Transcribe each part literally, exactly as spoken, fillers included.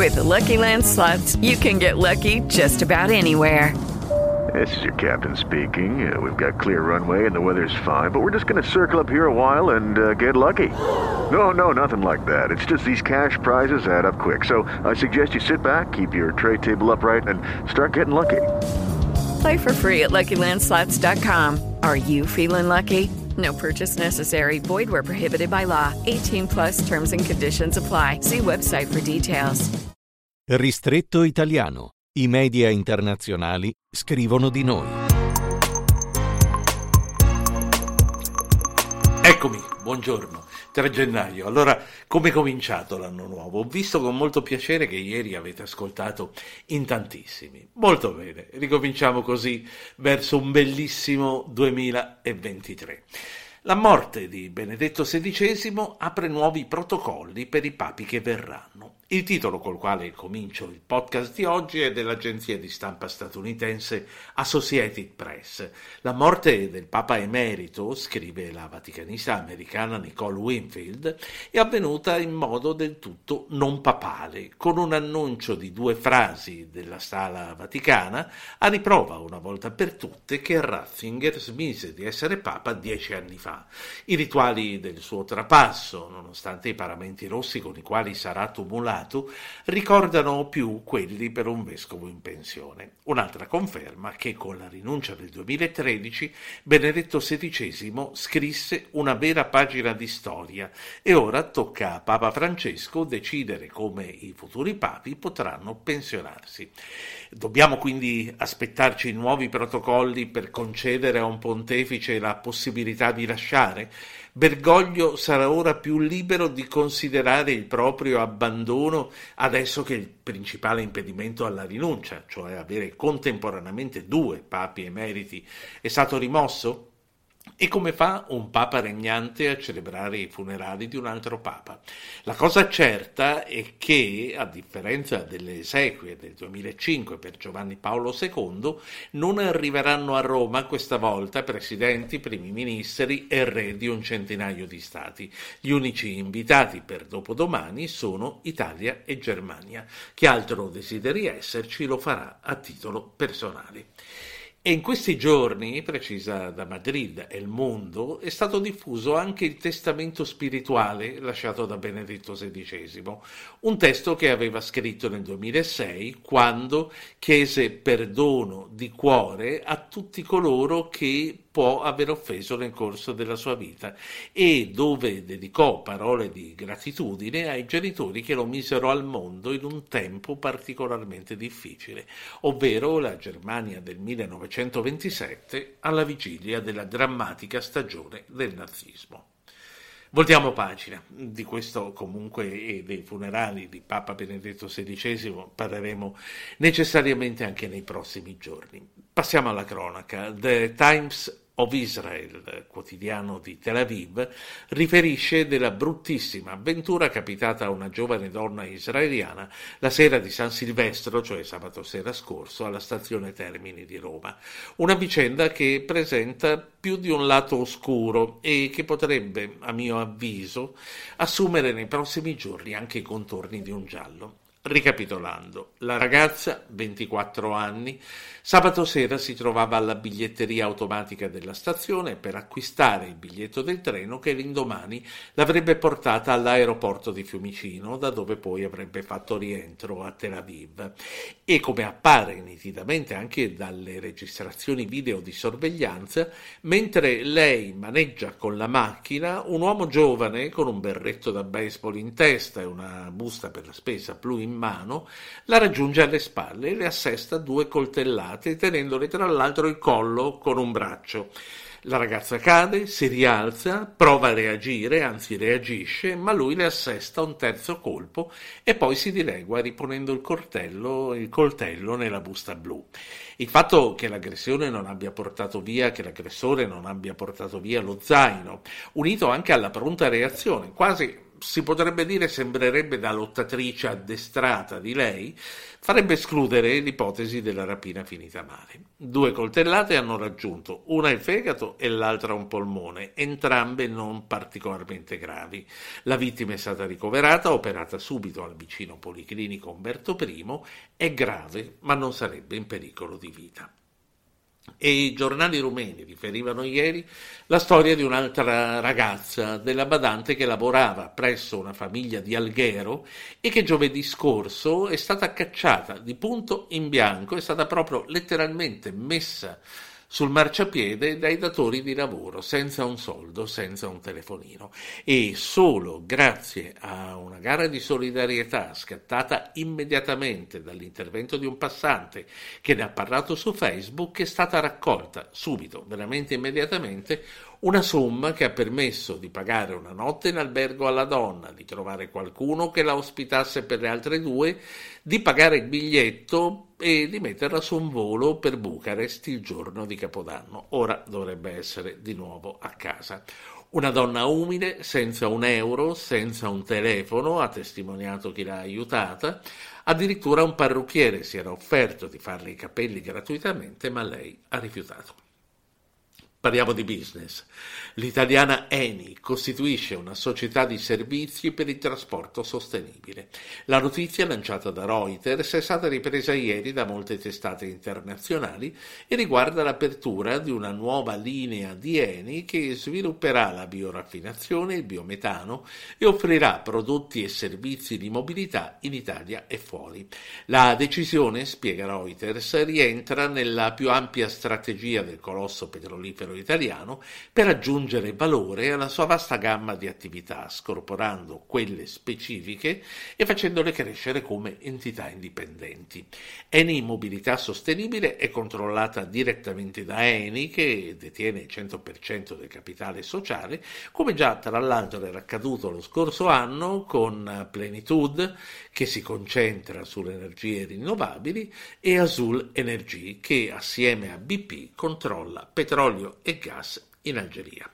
With Lucky Land Slots, you can get lucky just about anywhere. This is your captain speaking. Uh, we've got clear runway and the weather's fine, but we're just going to circle up here a while and uh, get lucky. No, no, nothing like that. It's just these cash prizes add up quick. So I suggest you sit back, keep your tray table upright, and start getting lucky. Play for free at Lucky Land Slots dot com. Are you feeling lucky? No purchase necessary. Void where prohibited by law. eighteen plus terms and conditions apply. See website for details. Ristretto Italiano. I media internazionali scrivono di noi. Eccomi, buongiorno. tre gennaio. Allora, come è cominciato l'anno nuovo? Ho visto con molto piacere che ieri avete ascoltato in tantissimi. Molto bene, ricominciamo così verso un bellissimo duemilaventitré. La morte di Benedetto sedicesimo apre nuovi protocolli per i papi che verranno. Il titolo col quale comincio il podcast di oggi è dell'agenzia di stampa statunitense Associated Press. La morte del Papa emerito, scrive la vaticanista americana Nicole Winfield, è avvenuta in modo del tutto non papale, con un annuncio di due frasi della Sala Vaticana a riprova una volta per tutte che Ratzinger smise di essere Papa dieci anni fa. I rituali del suo trapasso, nonostante i paramenti rossi con i quali sarà tumulato, ricordano più quelli per un vescovo in pensione. Un'altra conferma che con la rinuncia del duemilatredici Benedetto sedicesimo scrisse una vera pagina di storia e ora tocca a Papa Francesco decidere come i futuri papi potranno pensionarsi. Dobbiamo quindi aspettarci nuovi protocolli per concedere a un pontefice la possibilità di lasciare? Bergoglio sarà ora più libero di considerare il proprio abbandono adesso che il principale impedimento alla rinuncia, cioè avere contemporaneamente due papi emeriti, è stato rimosso? E come fa un papa regnante a celebrare i funerali di un altro papa? La cosa certa è che, a differenza delle esequie del duemilacinque per Giovanni Paolo secondo, non arriveranno a Roma questa volta presidenti, primi ministri e re di un centinaio di stati. Gli unici invitati per dopodomani sono Italia e Germania. Chi altro desideri esserci lo farà a titolo personale. E in questi giorni, precisa da Madrid El Mundo, è stato diffuso anche il testamento spirituale lasciato da Benedetto sedicesimo, un testo che aveva scritto nel duemilasei quando chiese perdono di cuore a tutti coloro che può aver offeso nel corso della sua vita e dove dedicò parole di gratitudine ai genitori che lo misero al mondo in un tempo particolarmente difficile, ovvero la Germania del millenovecentoventisette alla vigilia della drammatica stagione del nazismo. Voltiamo pagina, di questo comunque e dei funerali di Papa Benedetto sedicesimo parleremo necessariamente anche nei prossimi giorni. Passiamo alla cronaca. The Times of Israel, quotidiano di Tel Aviv, riferisce della bruttissima avventura capitata a una giovane donna israeliana la sera di San Silvestro, cioè sabato sera scorso, alla stazione Termini di Roma. Una vicenda che presenta più di un lato oscuro e che potrebbe, a mio avviso, assumere nei prossimi giorni anche i contorni di un giallo. Ricapitolando, la ragazza, ventiquattro anni, sabato sera si trovava alla biglietteria automatica della stazione per acquistare il biglietto del treno che l'indomani l'avrebbe portata all'aeroporto di Fiumicino, da dove poi avrebbe fatto rientro a Tel Aviv. E come appare nitidamente anche dalle registrazioni video di sorveglianza, mentre lei maneggia con la macchina, un uomo giovane con un berretto da baseball in testa e una busta per la spesa blu in mano, la raggiunge alle spalle e le assesta due coltellate, tenendole tra l'altro il collo con un braccio. La ragazza cade, si rialza, prova a reagire, anzi reagisce, ma lui le assesta un terzo colpo e poi si dilegua riponendo il coltello, il coltello nella busta blu. Il fatto che l'aggressione non abbia portato via, che l'aggressore non abbia portato via lo zaino, unito anche alla pronta reazione, quasi si potrebbe dire sembrerebbe da lottatrice addestrata di lei, farebbe escludere l'ipotesi della rapina finita male. Due coltellate hanno raggiunto, una il fegato e l'altra un polmone, entrambe non particolarmente gravi. La vittima è stata ricoverata, operata subito al vicino policlinico Umberto I, è grave ma non sarebbe in pericolo di vita. E i giornali rumeni riferivano ieri la storia di un'altra ragazza della badante che lavorava presso una famiglia di Alghero e che giovedì scorso è stata cacciata di punto in bianco, è stata proprio letteralmente messa sul marciapiede dai datori di lavoro, senza un soldo, senza un telefonino, e solo grazie a una gara di solidarietà scattata immediatamente dall'intervento di un passante che ne ha parlato su Facebook è stata raccolta subito, veramente immediatamente, una somma che ha permesso di pagare una notte in albergo alla donna, di trovare qualcuno che la ospitasse per le altre due, di pagare il biglietto e di metterla su un volo per Bucarest il giorno di Capodanno. Ora dovrebbe essere di nuovo a casa. Una donna umile, senza un euro, senza un telefono, ha testimoniato chi l'ha aiutata. Addirittura un parrucchiere si era offerto di farle i capelli gratuitamente, ma lei ha rifiutato. Parliamo di business. L'italiana Eni costituisce una società di servizi per il trasporto sostenibile. La notizia, lanciata da Reuters, è stata ripresa ieri da molte testate internazionali e riguarda l'apertura di una nuova linea di Eni che svilupperà la bioraffinazione, il biometano e offrirà prodotti e servizi di mobilità in Italia e fuori. La decisione, spiega Reuters, rientra nella più ampia strategia del colosso petrolifero italiano per aggiungere valore alla sua vasta gamma di attività, scorporando quelle specifiche e facendole crescere come entità indipendenti. Eni Mobilità Sostenibile è controllata direttamente da Eni, che detiene il cento per cento del capitale sociale, come già tra l'altro era accaduto lo scorso anno con Plenitude, che si concentra sulle energie rinnovabili, e Azul Energy, che assieme a B P controlla petrolio e gas in Algeria.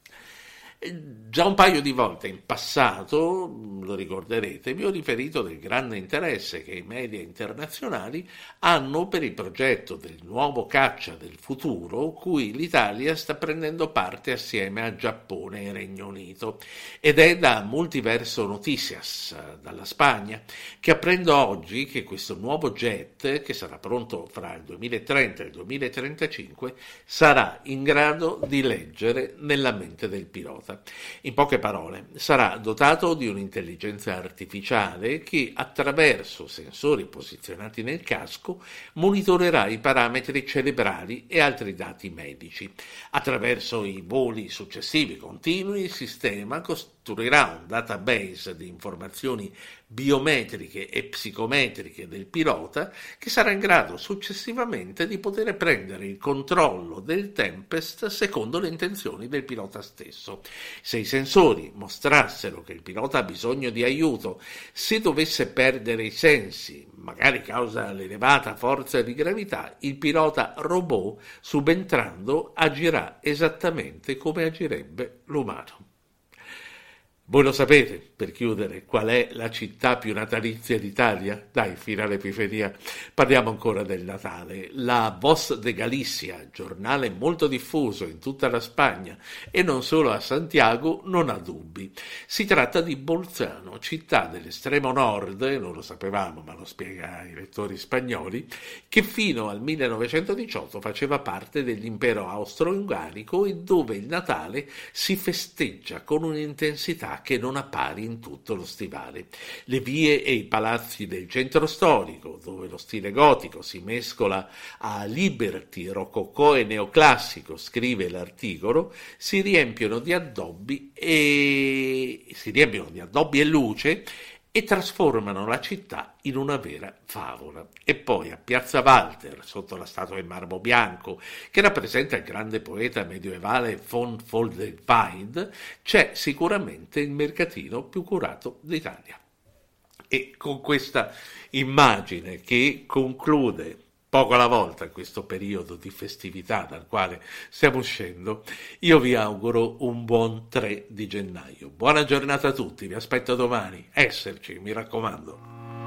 Già un paio di volte in passato, lo ricorderete, vi ho riferito del grande interesse che i media internazionali hanno per il progetto del nuovo caccia del futuro, cui l'Italia sta prendendo parte assieme a Giappone e Regno Unito. Ed è da Multiverso Noticias, dalla Spagna, che apprendo oggi che questo nuovo jet, che sarà pronto fra il duemilatrenta e il duemilatrentacinque, sarà in grado di leggere nella mente del pilota. In poche parole, sarà dotato di un'intelligenza artificiale che, attraverso sensori posizionati nel casco, monitorerà i parametri cerebrali e altri dati medici. Attraverso i voli successivi continui, il sistema costruirà un database di informazioni biometriche e psicometriche del pilota che sarà in grado successivamente di poter prendere il controllo del Tempest secondo le intenzioni del pilota stesso. Se i sensori mostrassero che il pilota ha bisogno di aiuto, se dovesse perdere i sensi, magari causa l'elevata forza di gravità, il pilota robot, subentrando, agirà esattamente come agirebbe l'umano. Voi lo sapete, per chiudere, qual è la città più natalizia d'Italia? Dai, fino all'Epifania. Parliamo ancora del Natale. La Voz de Galicia, giornale molto diffuso in tutta la Spagna e non solo a Santiago, non ha dubbi. Si tratta di Bolzano, città dell'estremo nord, non lo sapevamo ma lo spiega ai lettori spagnoli, che fino al millenovecentodiciotto faceva parte dell'impero austro-ungarico e dove il Natale si festeggia con un'intensità che non ha pari in tutto lo stivale. Le vie e i palazzi del centro storico, dove lo stile gotico si mescola a liberty, rococò e neoclassico, scrive l'articolo, si riempiono di addobbi e si riempiono di addobbi e luce e trasformano la città in una vera favola. E poi a Piazza Walter, sotto la statua in marmo bianco che rappresenta il grande poeta medievale von Vogelweid, c'è sicuramente il mercatino più curato d'Italia. E con questa immagine che conclude poco alla volta in questo periodo di festività dal quale stiamo uscendo, io vi auguro un buon tre di gennaio. Buona giornata a tutti, vi aspetto domani. Esserci, mi raccomando.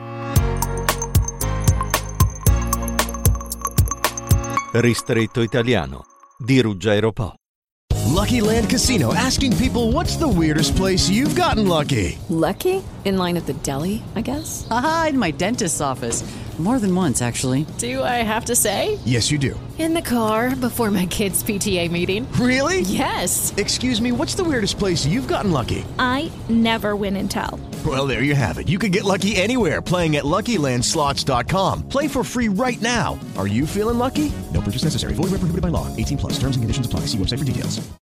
Ristretto Italiano di Ruggero Po. Lucky Land Casino, asking people, what's the weirdest place you've gotten lucky? Lucky? In line at the deli, I guess? Aha, in my dentist's office. More than once, actually. Do I have to say? Yes, you do. In the car before my kids' P T A meeting. Really? Yes. Excuse me, what's the weirdest place you've gotten lucky? I never win and tell. Well, there you have it. You can get lucky anywhere, playing at Lucky Land Slots dot com. Play for free right now. Are you feeling lucky? No purchase necessary. Void where prohibited by law. eighteen plus. Terms and conditions apply. See website for details.